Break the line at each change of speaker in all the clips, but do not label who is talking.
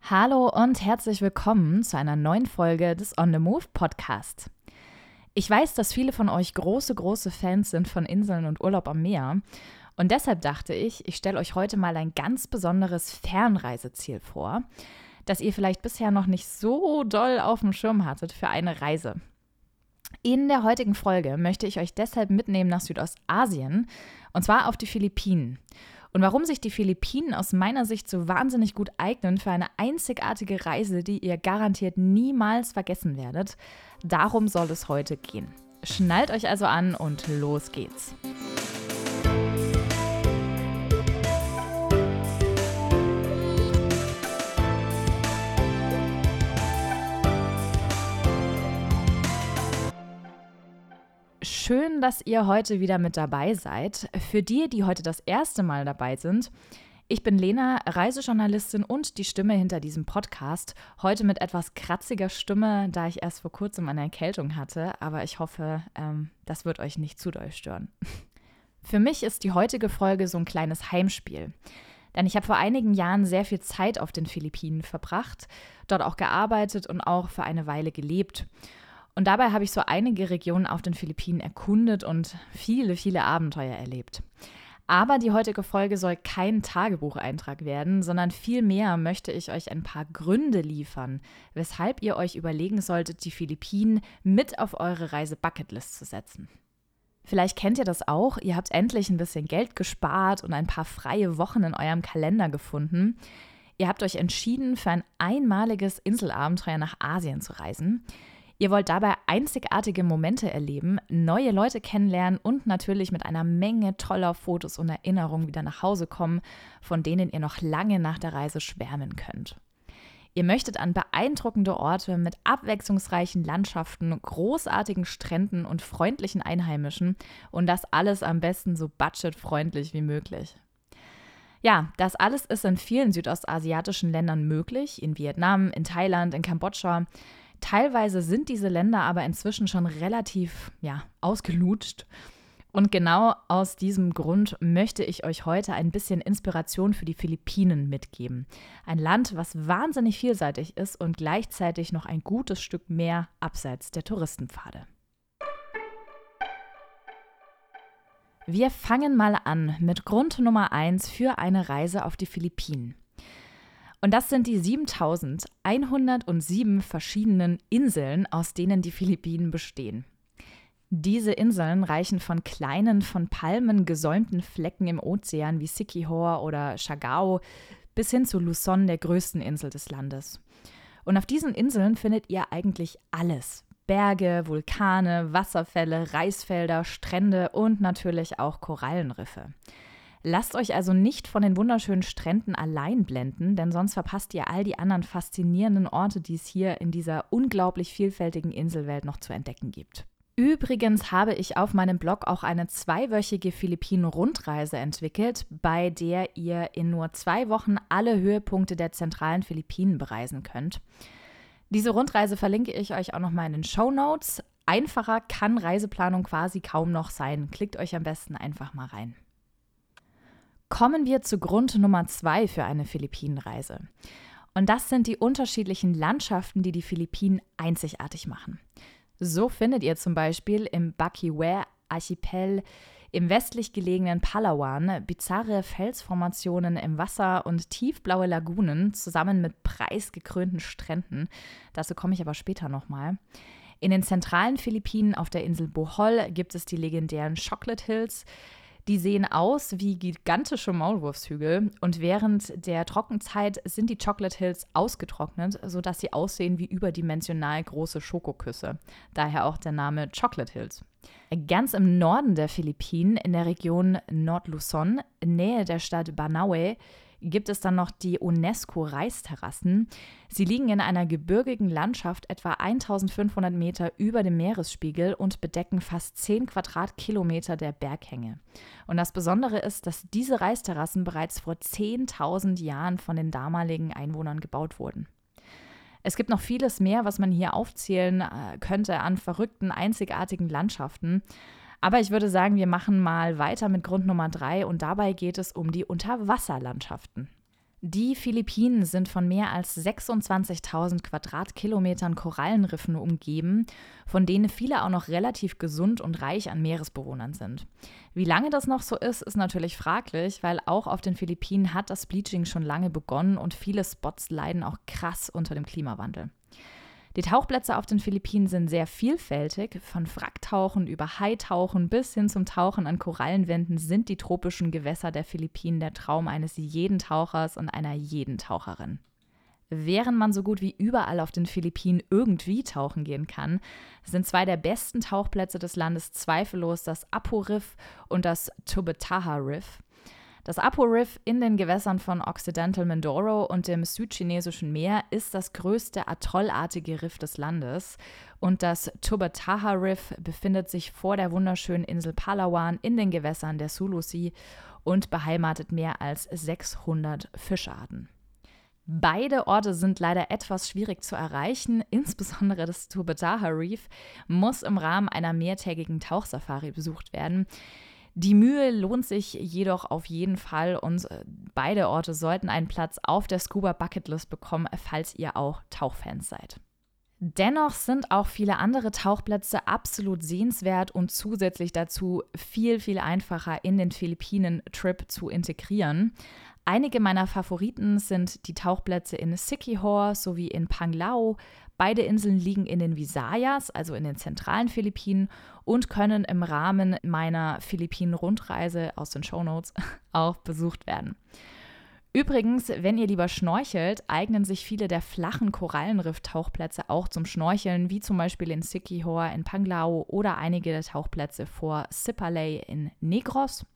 Hallo und herzlich willkommen zu einer neuen Folge des On the Move Podcast. Ich weiß, dass viele von euch große Fans sind von Inseln und Urlaub am Meer. Und deshalb dachte ich, ich stelle euch heute mal ein ganz besonderes Fernreiseziel vor, das ihr vielleicht bisher noch nicht so doll auf dem Schirm hattet für eine Reise. In der heutigen Folge möchte ich euch deshalb mitnehmen nach Südostasien, und zwar auf die Philippinen. Und warum sich die Philippinen aus meiner Sicht so wahnsinnig gut eignen für eine einzigartige Reise, die ihr garantiert niemals vergessen werdet, darum soll es heute gehen. Schnallt euch also an und los geht's. Schön, dass ihr heute wieder mit dabei seid. Für die heute das erste Mal dabei sind, ich bin Lena, Reisejournalistin und die Stimme hinter diesem Podcast. Heute mit etwas kratziger Stimme, da ich erst vor kurzem eine Erkältung hatte, aber ich hoffe, das wird euch nicht zu doll stören. Für mich ist die heutige Folge so ein kleines Heimspiel. Denn ich habe vor einigen Jahren sehr viel Zeit auf den Philippinen verbracht, dort auch gearbeitet und auch für eine Weile gelebt. Und dabei habe ich so einige Regionen auf den Philippinen erkundet und viele Abenteuer erlebt. Aber die heutige Folge soll kein Tagebucheintrag werden, sondern vielmehr möchte ich euch ein paar Gründe liefern, weshalb ihr euch überlegen solltet, die Philippinen mit auf eure Reise-Bucketlist zu setzen. Vielleicht kennt ihr das auch, ihr habt endlich ein bisschen Geld gespart und ein paar freie Wochen in eurem Kalender gefunden. Ihr habt euch entschieden, für ein einmaliges Inselabenteuer nach Asien zu reisen. Ihr wollt dabei einzigartige Momente erleben, neue Leute kennenlernen und natürlich mit einer Menge toller Fotos und Erinnerungen wieder nach Hause kommen, von denen ihr noch lange nach der Reise schwärmen könnt. Ihr möchtet an beeindruckende Orte mit abwechslungsreichen Landschaften, großartigen Stränden und freundlichen Einheimischen und das alles am besten so budgetfreundlich wie möglich. Ja, das alles ist in vielen südostasiatischen Ländern möglich, in Vietnam, in Thailand, in Kambodscha. Teilweise sind diese Länder aber inzwischen schon relativ ausgelutscht. Und genau aus diesem Grund möchte ich euch heute ein bisschen Inspiration für die Philippinen mitgeben. Ein Land, was wahnsinnig vielseitig ist und gleichzeitig noch ein gutes Stück mehr abseits der Touristenpfade. Wir fangen mal an mit Grund Nummer 1 für eine Reise auf die Philippinen. Und das sind die 7107 verschiedenen Inseln, aus denen die Philippinen bestehen. Diese Inseln reichen von kleinen, von Palmen gesäumten Flecken im Ozean wie Siquijor oder Siargao bis hin zu Luzon, der größten Insel des Landes. Und auf diesen Inseln findet ihr eigentlich alles. Berge, Vulkane, Wasserfälle, Reisfelder, Strände und natürlich auch Korallenriffe. Lasst euch also nicht von den wunderschönen Stränden allein blenden, denn sonst verpasst ihr all die anderen faszinierenden Orte, die es hier in dieser unglaublich vielfältigen Inselwelt noch zu entdecken gibt. Übrigens habe ich auf meinem Blog auch eine 2-wöchige Philippinen-Rundreise entwickelt, bei der ihr in nur 2 Wochen alle Höhepunkte der zentralen Philippinen bereisen könnt. Diese Rundreise verlinke ich euch auch nochmal in den Shownotes. Einfacher kann Reiseplanung quasi kaum noch sein. Klickt euch am besten einfach mal rein. Kommen wir zu Grund Nummer 2 für eine Philippinenreise. Und das sind die unterschiedlichen Landschaften, die die Philippinen einzigartig machen. So findet ihr zum Beispiel im Baquio-Archipel im westlich gelegenen Palawan bizarre Felsformationen im Wasser und tiefblaue Lagunen zusammen mit preisgekrönten Stränden. Dazu komme ich aber später nochmal. In den zentralen Philippinen auf der Insel Bohol gibt es die legendären Chocolate Hills. Die sehen aus wie gigantische Maulwurfshügel und während der Trockenzeit sind die Chocolate Hills ausgetrocknet, sodass sie aussehen wie überdimensional große Schokoküsse. Daher auch der Name Chocolate Hills. Ganz im Norden der Philippinen, in der Region Nord-Luzon, in Nähe der Stadt Banaue, gibt es dann noch die UNESCO-Reisterrassen. Sie liegen in einer gebirgigen Landschaft etwa 1500 Meter über dem Meeresspiegel und bedecken fast 10 Quadratkilometer der Berghänge. Und das Besondere ist, dass diese Reisterrassen bereits vor 10.000 Jahren von den damaligen Einwohnern gebaut wurden. Es gibt noch vieles mehr, was man hier aufzählen könnte an verrückten, einzigartigen Landschaften. Aber ich würde sagen, wir machen mal weiter mit Grund Nummer 3 und dabei geht es um die Unterwasserlandschaften. Die Philippinen sind von mehr als 26.000 Quadratkilometern Korallenriffen umgeben, von denen viele auch noch relativ gesund und reich an Meeresbewohnern sind. Wie lange das noch so ist, ist natürlich fraglich, weil auch auf den Philippinen hat das Bleaching schon lange begonnen und viele Spots leiden auch krass unter dem Klimawandel. Die Tauchplätze auf den Philippinen sind sehr vielfältig. Von Wracktauchen über Haitauchen bis hin zum Tauchen an Korallenwänden sind die tropischen Gewässer der Philippinen der Traum eines jeden Tauchers und einer jeden Taucherin. Während man so gut wie überall auf den Philippinen irgendwie tauchen gehen kann, sind zwei der besten Tauchplätze des Landes zweifellos das Apo-Riff und das Tubataha-Riff. Das Apo-Riff in den Gewässern von Occidental Mindoro und dem südchinesischen Meer ist das größte atollartige Riff des Landes und das Tubataha-Riff befindet sich vor der wunderschönen Insel Palawan in den Gewässern der Sulu Sea und beheimatet mehr als 600 Fischarten. Beide Orte sind leider etwas schwierig zu erreichen, insbesondere das Tubataha Reef muss im Rahmen einer mehrtägigen Tauchsafari besucht werden. Die Mühe lohnt sich jedoch auf jeden Fall und beide Orte sollten einen Platz auf der Scuba Bucketlist bekommen, falls ihr auch Tauchfans seid. Dennoch sind auch viele andere Tauchplätze absolut sehenswert und zusätzlich dazu viel, viel einfacher in den Philippinen-Trip zu integrieren. Einige meiner Favoriten sind die Tauchplätze in Siquijor sowie in Panglao. Beide Inseln liegen in den Visayas, also in den zentralen Philippinen, und können im Rahmen meiner Philippinen-Rundreise aus den Shownotes auch besucht werden. Übrigens, wenn ihr lieber schnorchelt, eignen sich viele der flachen Korallenriff-Tauchplätze auch zum Schnorcheln, wie zum Beispiel in Siquijor in Panglao oder einige der Tauchplätze vor Sipalay in Negros.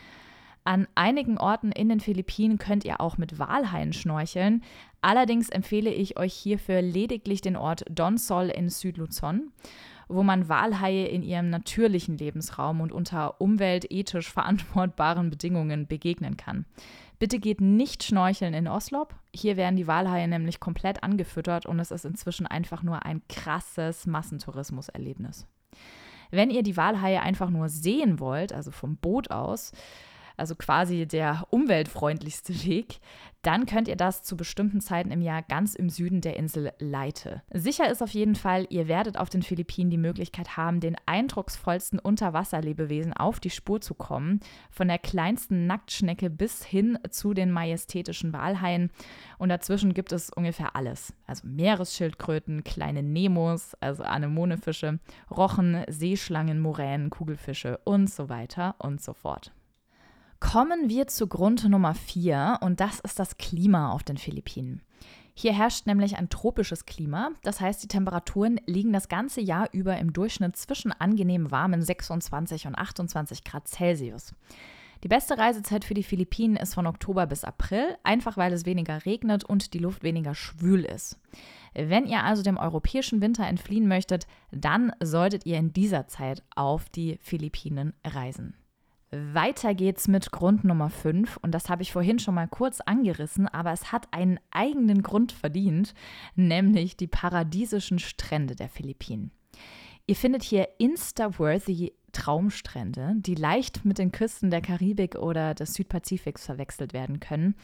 An einigen Orten in den Philippinen könnt ihr auch mit Walhaien schnorcheln. Allerdings empfehle ich euch hierfür lediglich den Ort Donsol in Südluzon, wo man Walhaie in ihrem natürlichen Lebensraum und unter umweltethisch verantwortbaren Bedingungen begegnen kann. Bitte geht nicht schnorcheln in Oslop. Hier werden die Walhaie nämlich komplett angefüttert und es ist inzwischen einfach nur ein krasses Massentourismuserlebnis. Wenn ihr die Walhaie einfach nur sehen wollt, also vom Boot aus, also quasi der umweltfreundlichste Weg, dann könnt ihr das zu bestimmten Zeiten im Jahr ganz im Süden der Insel Leyte. Sicher ist auf jeden Fall, ihr werdet auf den Philippinen die Möglichkeit haben, den eindrucksvollsten Unterwasserlebewesen auf die Spur zu kommen, von der kleinsten Nacktschnecke bis hin zu den majestätischen Walhaien. Und dazwischen gibt es ungefähr alles. Also Meeresschildkröten, kleine Nemos, also Anemonefische, Rochen, Seeschlangen, Muränen, Kugelfische und so weiter und so fort. Kommen wir zu Grund Nummer 4 und das ist das Klima auf den Philippinen. Hier herrscht nämlich ein tropisches Klima, das heißt, die Temperaturen liegen das ganze Jahr über im Durchschnitt zwischen angenehm warmen 26 und 28 Grad Celsius. Die beste Reisezeit für die Philippinen ist von Oktober bis April, einfach weil es weniger regnet und die Luft weniger schwül ist. Wenn ihr also dem europäischen Winter entfliehen möchtet, dann solltet ihr in dieser Zeit auf die Philippinen reisen. Weiter geht's mit Grund Nummer 5 und das habe ich vorhin schon mal kurz angerissen, aber es hat einen eigenen Grund verdient, nämlich die paradiesischen Strände der Philippinen. Ihr findet hier insta-worthy Traumstrände, die leicht mit den Küsten der Karibik oder des Südpazifiks verwechselt werden können.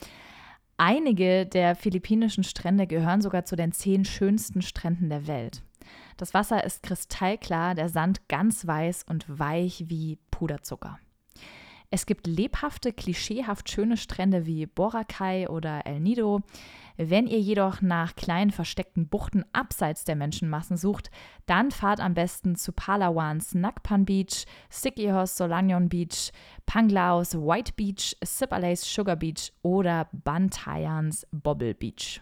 Einige der philippinischen Strände gehören sogar zu den 10 schönsten Stränden der Welt. Das Wasser ist kristallklar, der Sand ganz weiß und weich wie Puderzucker. Es gibt lebhafte, klischeehaft schöne Strände wie Boracay oder El Nido. Wenn ihr jedoch nach kleinen versteckten Buchten abseits der Menschenmassen sucht, dann fahrt am besten zu Palawans Nacpan Beach, Siquijors Solanion Beach, Panglaos White Beach, Sipalays Sugar Beach oder Bantayans Bobble Beach.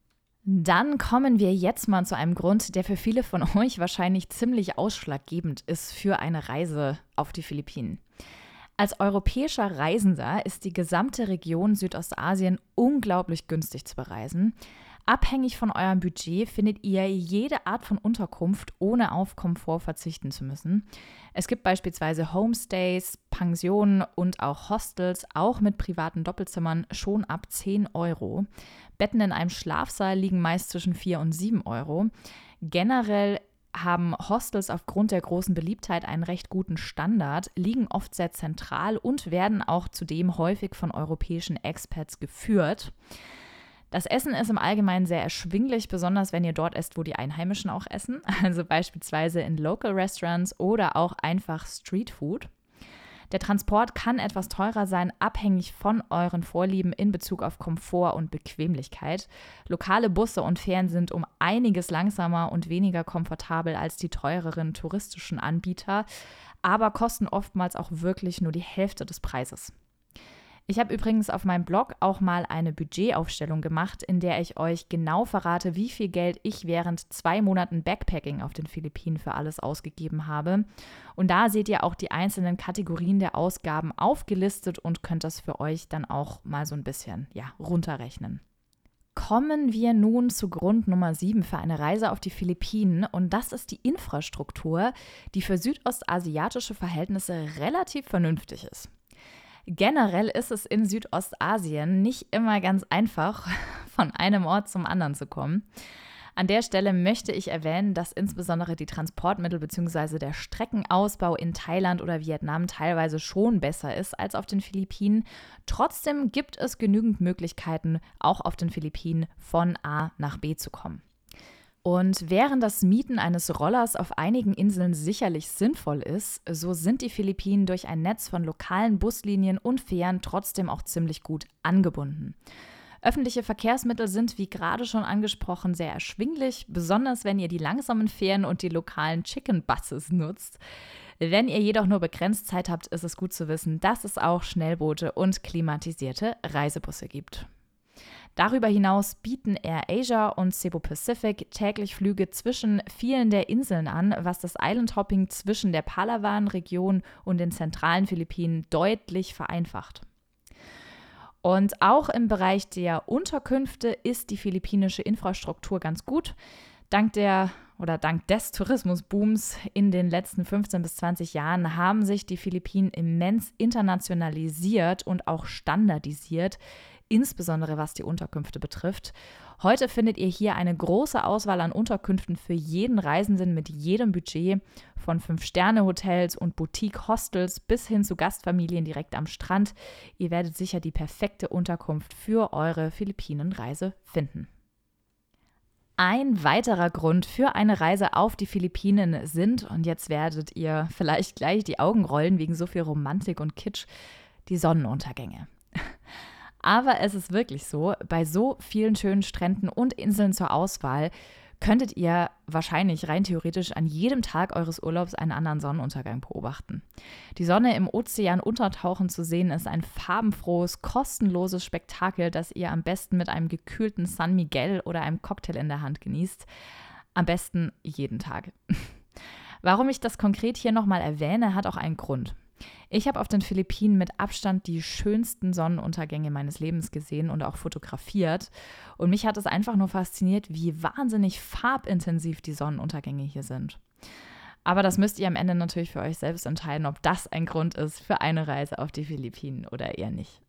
Dann kommen wir jetzt mal zu einem Grund, der für viele von euch wahrscheinlich ziemlich ausschlaggebend ist für eine Reise auf die Philippinen. Als europäischer Reisender ist die gesamte Region Südostasien unglaublich günstig zu bereisen. Abhängig von eurem Budget findet ihr jede Art von Unterkunft, ohne auf Komfort verzichten zu müssen. Es gibt beispielsweise Homestays, Pensionen und auch Hostels, auch mit privaten Doppelzimmern, schon ab 10 Euro. Betten in einem Schlafsaal liegen meist zwischen 4 und 7 Euro. Generell haben Hostels aufgrund der großen Beliebtheit einen recht guten Standard, liegen oft sehr zentral und werden auch zudem häufig von europäischen Expats geführt. Das Essen ist im Allgemeinen sehr erschwinglich, besonders wenn ihr dort esst, wo die Einheimischen auch essen, also beispielsweise in Local Restaurants oder auch einfach Streetfood. Der Transport kann etwas teurer sein, abhängig von euren Vorlieben in Bezug auf Komfort und Bequemlichkeit. Lokale Busse und Fähren sind um einiges langsamer und weniger komfortabel als die teureren touristischen Anbieter, aber kosten oftmals auch wirklich nur die Hälfte des Preises. Ich habe übrigens auf meinem Blog auch mal eine Budgetaufstellung gemacht, in der ich euch genau verrate, wie viel Geld ich während 2 Monaten Backpacking auf den Philippinen für alles ausgegeben habe. Und da seht ihr auch die einzelnen Kategorien der Ausgaben aufgelistet und könnt das für euch dann auch mal so ein bisschen runterrechnen. Kommen wir nun zu Grund Nummer 7 für eine Reise auf die Philippinen und das ist die Infrastruktur, die für südostasiatische Verhältnisse relativ vernünftig ist. Generell ist es in Südostasien nicht immer ganz einfach, von einem Ort zum anderen zu kommen. An der Stelle möchte ich erwähnen, dass insbesondere die Transportmittel bzw. der Streckenausbau in Thailand oder Vietnam teilweise schon besser ist als auf den Philippinen. Trotzdem gibt es genügend Möglichkeiten, auch auf den Philippinen von A nach B zu kommen. Und während das Mieten eines Rollers auf einigen Inseln sicherlich sinnvoll ist, so sind die Philippinen durch ein Netz von lokalen Buslinien und Fähren trotzdem auch ziemlich gut angebunden. Öffentliche Verkehrsmittel sind, wie gerade schon angesprochen, sehr erschwinglich, besonders wenn ihr die langsamen Fähren und die lokalen Chicken Buses nutzt. Wenn ihr jedoch nur begrenzt Zeit habt, ist es gut zu wissen, dass es auch Schnellboote und klimatisierte Reisebusse gibt. Darüber hinaus bieten Air Asia und Cebu Pacific täglich Flüge zwischen vielen der Inseln an, was das Island-Hopping zwischen der Palawan-Region und den zentralen Philippinen deutlich vereinfacht. Und auch im Bereich der Unterkünfte ist die philippinische Infrastruktur ganz gut. Dank des Tourismusbooms in den letzten 15 bis 20 Jahren haben sich die Philippinen immens internationalisiert und auch standardisiert, insbesondere was die Unterkünfte betrifft. Heute findet ihr hier eine große Auswahl an Unterkünften für jeden Reisenden mit jedem Budget, von 5-Sterne-Hotels und Boutique-Hostels bis hin zu Gastfamilien direkt am Strand. Ihr werdet sicher die perfekte Unterkunft für eure Philippinenreise finden. Ein weiterer Grund für eine Reise auf die Philippinen sind, und jetzt werdet ihr vielleicht gleich die Augen rollen wegen so viel Romantik und Kitsch, die Sonnenuntergänge. Aber es ist wirklich so, bei so vielen schönen Stränden und Inseln zur Auswahl könntet ihr wahrscheinlich rein theoretisch an jedem Tag eures Urlaubs einen anderen Sonnenuntergang beobachten. Die Sonne im Ozean untertauchen zu sehen, ist ein farbenfrohes, kostenloses Spektakel, das ihr am besten mit einem gekühlten San Miguel oder einem Cocktail in der Hand genießt. Am besten jeden Tag. Warum ich das konkret hier nochmal erwähne, hat auch einen Grund. Ich habe auf den Philippinen mit Abstand die schönsten Sonnenuntergänge meines Lebens gesehen und auch fotografiert. Und mich hat es einfach nur fasziniert, wie wahnsinnig farbintensiv die Sonnenuntergänge hier sind. Aber das müsst ihr am Ende natürlich für euch selbst entscheiden, ob das ein Grund ist für eine Reise auf die Philippinen oder eher nicht.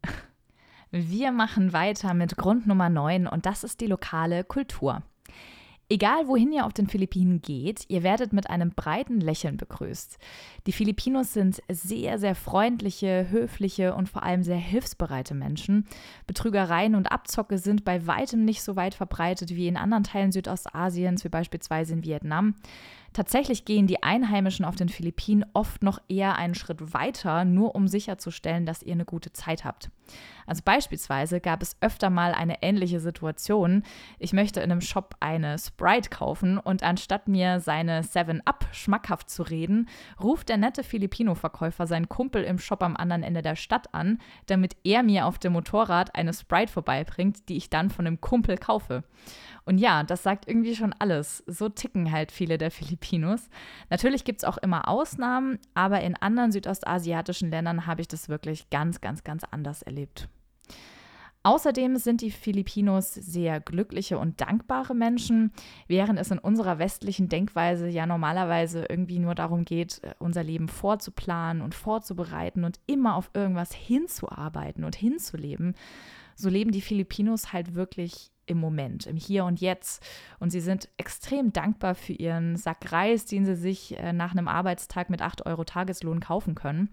Wir machen weiter mit Grund Nummer 9 und das ist die lokale Kultur. Egal, wohin ihr auf den Philippinen geht, ihr werdet mit einem breiten Lächeln begrüßt. Die Filipinos sind sehr, sehr freundliche, höfliche und vor allem sehr hilfsbereite Menschen. Betrügereien und Abzocke sind bei weitem nicht so weit verbreitet wie in anderen Teilen Südostasiens, wie beispielsweise in Vietnam. Tatsächlich gehen die Einheimischen auf den Philippinen oft noch eher einen Schritt weiter, nur um sicherzustellen, dass ihr eine gute Zeit habt. Also beispielsweise gab es öfter mal eine ähnliche Situation. Ich möchte in einem Shop eine Sprite kaufen und anstatt mir seine 7-Up schmackhaft zu reden, ruft der nette Filipino-Verkäufer seinen Kumpel im Shop am anderen Ende der Stadt an, damit er mir auf dem Motorrad eine Sprite vorbeibringt, die ich dann von dem Kumpel kaufe. Und ja, das sagt irgendwie schon alles. So ticken halt viele der Filipinos. Natürlich gibt es auch immer Ausnahmen, aber in anderen südostasiatischen Ländern habe ich das wirklich ganz, ganz, ganz anders erlebt. Außerdem sind die Filipinos sehr glückliche und dankbare Menschen, während es in unserer westlichen Denkweise ja normalerweise irgendwie nur darum geht, unser Leben vorzuplanen und vorzubereiten und immer auf irgendwas hinzuarbeiten und hinzuleben. So leben die Filipinos halt wirklich im Moment, im Hier und Jetzt. Und sie sind extrem dankbar für ihren Sack Reis, den sie sich nach einem Arbeitstag mit 8 Euro Tageslohn kaufen können.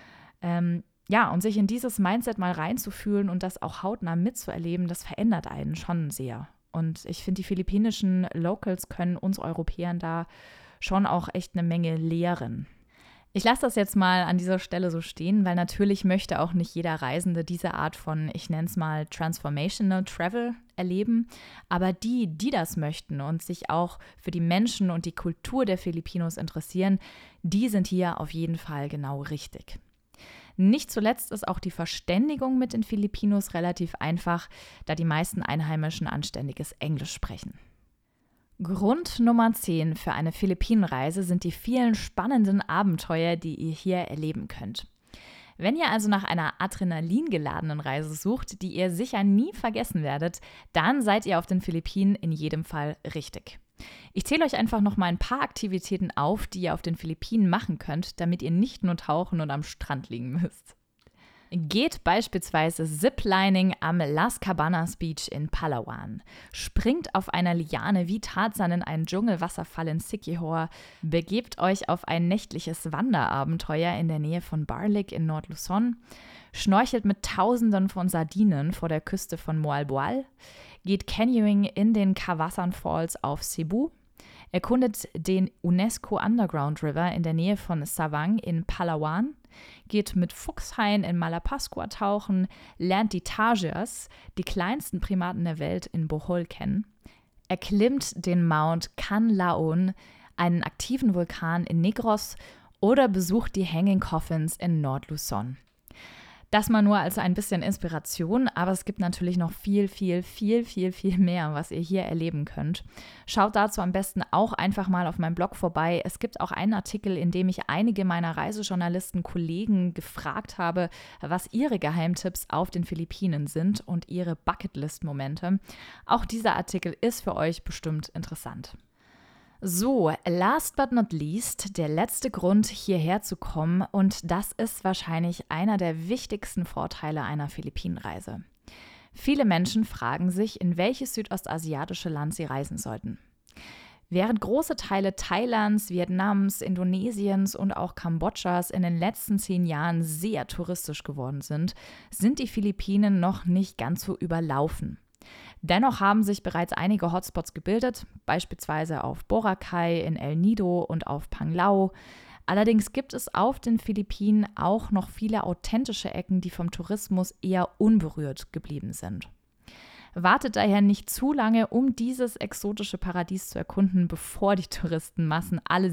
Und sich in dieses Mindset mal reinzufühlen und das auch hautnah mitzuerleben, das verändert einen schon sehr. Und ich finde, die philippinischen Locals können uns Europäern da schon auch echt eine Menge lehren. Ich lasse das jetzt mal an dieser Stelle so stehen, weil natürlich möchte auch nicht jeder Reisende diese Art von, ich nenne es mal Transformational Travel erleben. Aber die das möchten und sich auch für die Menschen und die Kultur der Filipinos interessieren, die sind hier auf jeden Fall genau richtig. Nicht zuletzt ist auch die Verständigung mit den Filipinos relativ einfach, da die meisten Einheimischen anständiges Englisch sprechen. Grund Nummer 10 für eine Philippinenreise sind die vielen spannenden Abenteuer, die ihr hier erleben könnt. Wenn ihr also nach einer adrenalingeladenen Reise sucht, die ihr sicher nie vergessen werdet, dann seid ihr auf den Philippinen in jedem Fall richtig. Ich zähle euch einfach noch mal ein paar Aktivitäten auf, die ihr auf den Philippinen machen könnt, damit ihr nicht nur tauchen und am Strand liegen müsst. Geht beispielsweise Ziplining am Las Cabanas Beach in Palawan. Springt auf einer Liane wie Tarzan in einen Dschungelwasserfall in Siquijor. Begebt euch auf ein nächtliches Wanderabenteuer in der Nähe von Barlig in Nord-Luzon. Schnorchelt mit Tausenden von Sardinen vor der Küste von Moalboal. Geht Canyoning in den Kawasan Falls auf Cebu. Erkundet den UNESCO Underground River in der Nähe von Savang in Palawan, geht mit Fuchshaien in Malapascua tauchen, lernt die Tarsiers, die kleinsten Primaten der Welt, in Bohol kennen, erklimmt den Mount Canlaon, einen aktiven Vulkan in Negros oder besucht die Hanging Coffins in Nord-Luzon. Das mal nur als ein bisschen Inspiration, aber es gibt natürlich noch viel mehr, was ihr hier erleben könnt. Schaut dazu am besten auch einfach mal auf meinem Blog vorbei. Es gibt auch einen Artikel, in dem ich einige meiner Reisejournalisten-Kollegen gefragt habe, was ihre Geheimtipps auf den Philippinen sind und ihre Bucketlist-Momente. Auch dieser Artikel ist für euch bestimmt interessant. So, last but not least, der letzte Grund, hierher zu kommen, und das ist wahrscheinlich einer der wichtigsten Vorteile einer Philippinenreise. Viele Menschen fragen sich, in welches südostasiatische Land sie reisen sollten. Während große Teile Thailands, Vietnams, Indonesiens und auch Kambodschas in den letzten 10 Jahren sehr touristisch geworden sind, sind die Philippinen noch nicht ganz so überlaufen. Dennoch haben sich bereits einige Hotspots gebildet, beispielsweise auf Boracay, in El Nido und auf Panglao. Allerdings gibt es auf den Philippinen auch noch viele authentische Ecken, die vom Tourismus eher unberührt geblieben sind. Wartet daher nicht zu lange, um dieses exotische Paradies zu erkunden, bevor die Touristenmassen alle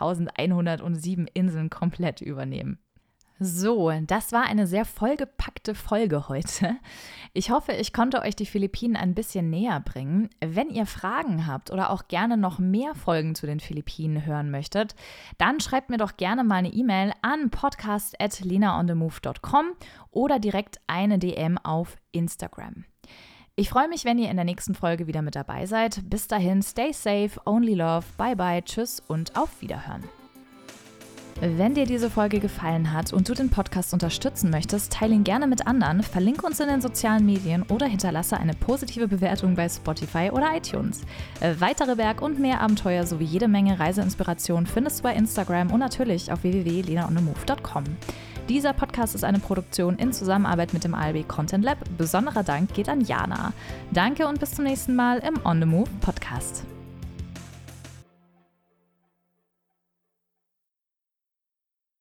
7.107 Inseln komplett übernehmen. So, das war eine sehr vollgepackte Folge heute. Ich hoffe, ich konnte euch die Philippinen ein bisschen näher bringen. Wenn ihr Fragen habt oder auch gerne noch mehr Folgen zu den Philippinen hören möchtet, dann schreibt mir doch gerne mal eine E-Mail an podcast@lenaonthemove.com oder direkt eine DM auf Instagram. Ich freue mich, wenn ihr in der nächsten Folge wieder mit dabei seid. Bis dahin, stay safe, only love, bye bye, tschüss und auf Wiederhören. Wenn dir diese Folge gefallen hat und du den Podcast unterstützen möchtest, teile ihn gerne mit anderen, verlinke uns in den sozialen Medien oder hinterlasse eine positive Bewertung bei Spotify oder iTunes. Weitere Berg- und mehr Abenteuer sowie jede Menge Reiseinspiration findest du bei Instagram und natürlich auf www.lenaonthemove.com. Dieser Podcast ist eine Produktion in Zusammenarbeit mit dem ALB Content Lab. Besonderer Dank geht an Jana. Danke und bis zum nächsten Mal im On The Move Podcast.